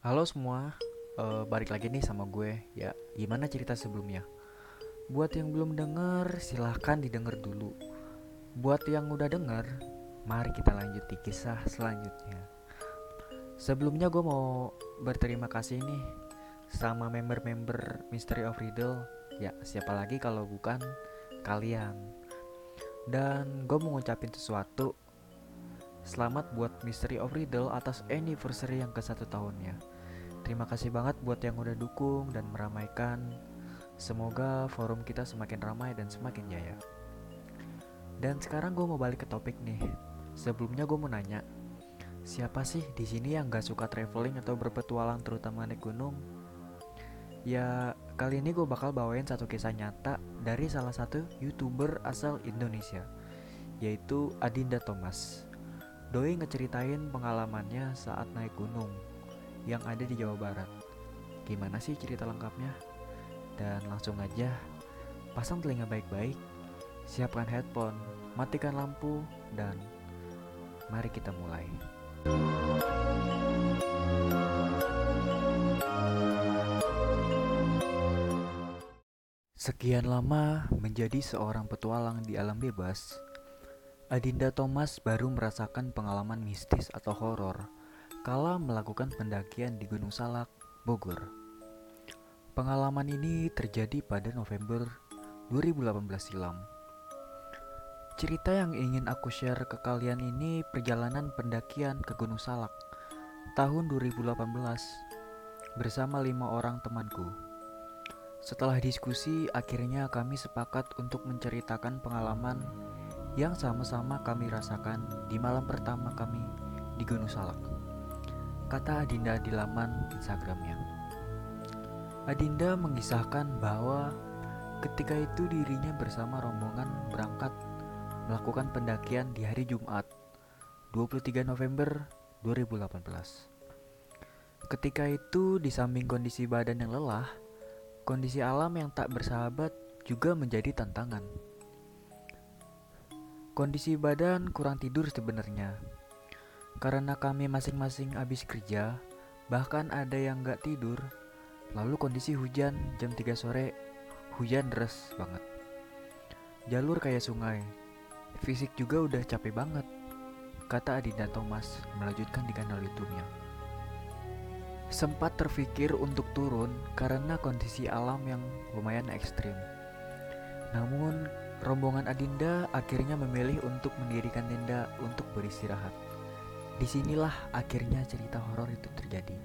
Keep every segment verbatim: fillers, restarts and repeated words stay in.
Halo semua, eh, balik lagi nih sama gue. Ya, gimana cerita sebelumnya? Buat yang belum denger, silahkan didengar dulu. Buat yang udah denger, mari kita lanjut di kisah selanjutnya. Sebelumnya gue mau berterima kasih nih sama member-member Mystery of Riddle. Ya, siapa lagi kalau bukan kalian. Dan gue mau ngucapin sesuatu. Selamat buat Mystery of Riddle atas anniversary yang ke satu tahunnya. Terima kasih banget buat yang udah dukung dan meramaikan. Semoga forum kita semakin ramai dan semakin jaya. Dan sekarang gue mau balik ke topik nih. Sebelumnya gue mau nanya, siapa sih di sini yang gak suka traveling atau berpetualang terutama naik gunung? Ya, kali ini gue bakal bawain satu kisah nyata dari salah satu YouTuber asal Indonesia, yaitu Adinda Thomas. Doi ngeceritain pengalamannya saat naik gunung yang ada di Jawa Barat. Gimana sih cerita lengkapnya? Dan langsung aja, pasang telinga baik-baik, siapkan headphone, matikan lampu, dan mari kita mulai. Sekian lama menjadi seorang petualang di alam bebas, Adinda Thomas baru merasakan pengalaman mistis atau horor kala melakukan pendakian di Gunung Salak, Bogor. Pengalaman ini terjadi pada November dua ribu delapan belas silam. Cerita yang ingin aku share ke kalian ini perjalanan pendakian ke Gunung Salak tahun dua ribu delapan belas bersama lima orang temanku. Setelah diskusi, akhirnya kami sepakat untuk menceritakan pengalaman yang sama-sama kami rasakan di malam pertama kami di Gunung Salak. Kata Adinda di laman Instagramnya. Adinda mengisahkan bahwa ketika itu dirinya bersama rombongan berangkat melakukan pendakian di hari Jumat dua puluh tiga November dua ribu delapan belas. Ketika itu di samping kondisi badan yang lelah, kondisi alam yang tak bersahabat juga menjadi tantangan. Kondisi badan kurang tidur sebenarnya, karena kami masing-masing habis kerja, bahkan ada yang gak tidur. Lalu kondisi hujan jam tiga sore, hujan deras banget. Jalur kayak sungai, fisik juga udah capek banget, kata Adinda Thomas melanjutkan di kanal YouTube-nya. Sempat terfikir untuk turun karena kondisi alam yang lumayan ekstrim. Namun, rombongan Adinda akhirnya memilih untuk mendirikan tenda untuk beristirahat. Disinilah akhirnya cerita horor itu terjadi.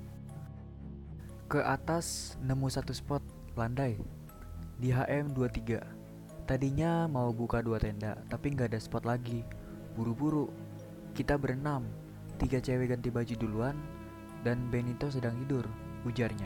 Ke atas nemu satu spot landai di H M dua puluh tiga. Tadinya mau buka dua tenda, tapi gak ada spot lagi. Buru-buru, kita berenam, tiga cewek ganti baju duluan, dan Benito sedang tidur, ujarnya.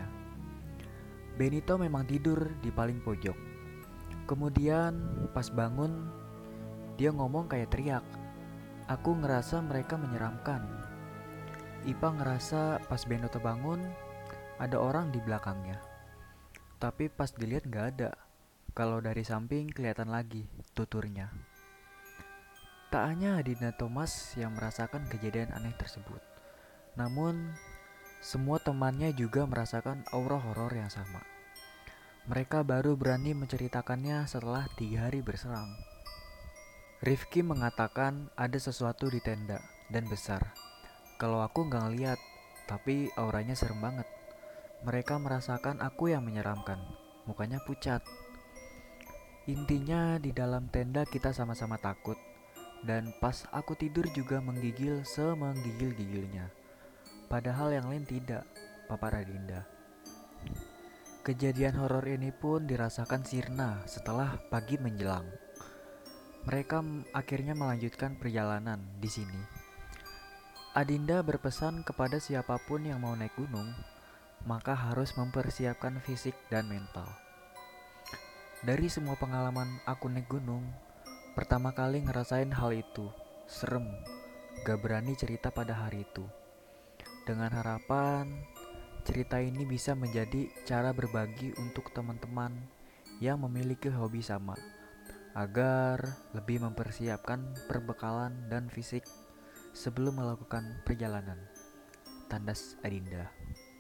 Benito memang tidur di paling pojok. Kemudian pas bangun, dia ngomong kayak teriak. Aku ngerasa mereka menyeramkan. Ipa ngerasa pas Benito bangun, ada orang di belakangnya. Tapi pas dilihat gak ada. Kalau dari samping kelihatan lagi tuturnya. Tak hanya Adinda Thomas yang merasakan kejadian aneh tersebut, namun semua temannya juga merasakan aura horor yang sama. Mereka baru berani menceritakannya setelah tiga hari berselang. Rifki mengatakan ada sesuatu di tenda dan besar. Kalau aku gak ngeliat, tapi auranya serem banget. Mereka merasakan aku yang menyeramkan, mukanya pucat. Intinya di dalam tenda kita sama-sama takut. Dan pas aku tidur juga menggigil semenggigil-gigilnya. Padahal yang lain tidak, Papa Radinda. Kejadian horor ini pun dirasakan Sirna setelah pagi menjelang. Mereka akhirnya melanjutkan perjalanan di sini. Adinda berpesan kepada siapapun yang mau naik gunung, maka harus mempersiapkan fisik dan mental. Dari semua pengalaman aku naik gunung, pertama kali ngerasain hal itu, serem, gak berani cerita pada hari itu. Dengan harapan, cerita ini bisa menjadi cara berbagi untuk teman-teman yang memiliki hobi sama, agar lebih mempersiapkan perbekalan dan fisik sebelum melakukan perjalanan. Tandas Adinda.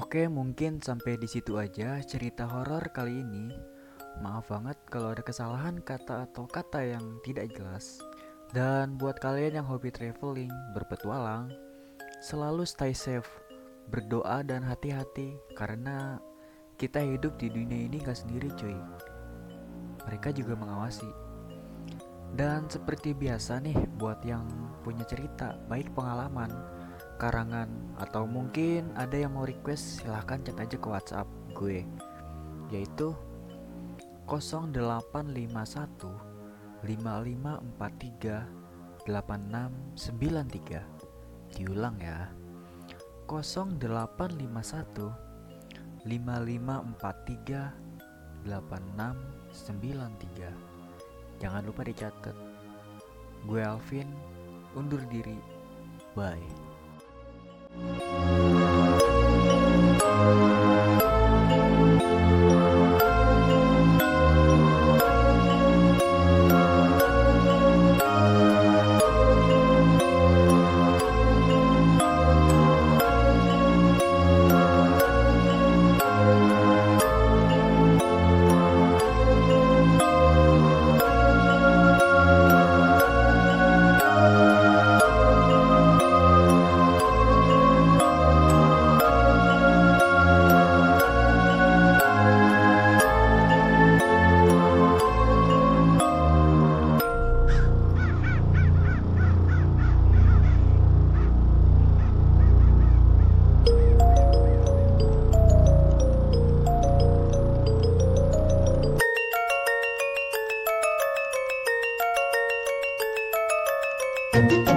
Oke, mungkin sampai di situ aja cerita horor kali ini. Maaf banget kalau ada kesalahan kata atau kata yang tidak jelas. Dan buat kalian yang hobi traveling, berpetualang, selalu stay safe, berdoa dan hati-hati karena kita hidup di dunia ini gak sendiri cuy. Mereka juga mengawasi. Dan seperti biasa nih, buat yang punya cerita, baik pengalaman, karangan, atau mungkin ada yang mau request, silahkan chat aja ke WhatsApp gue, yaitu nol delapan lima satu lima lima empat tiga delapan enam sembilan tiga. Diulang ya, nol delapan lima satu lima lima empat tiga delapan enam sembilan tiga. Jangan lupa dicatat. Gue Alvin, undur diri. Bye. Thank you.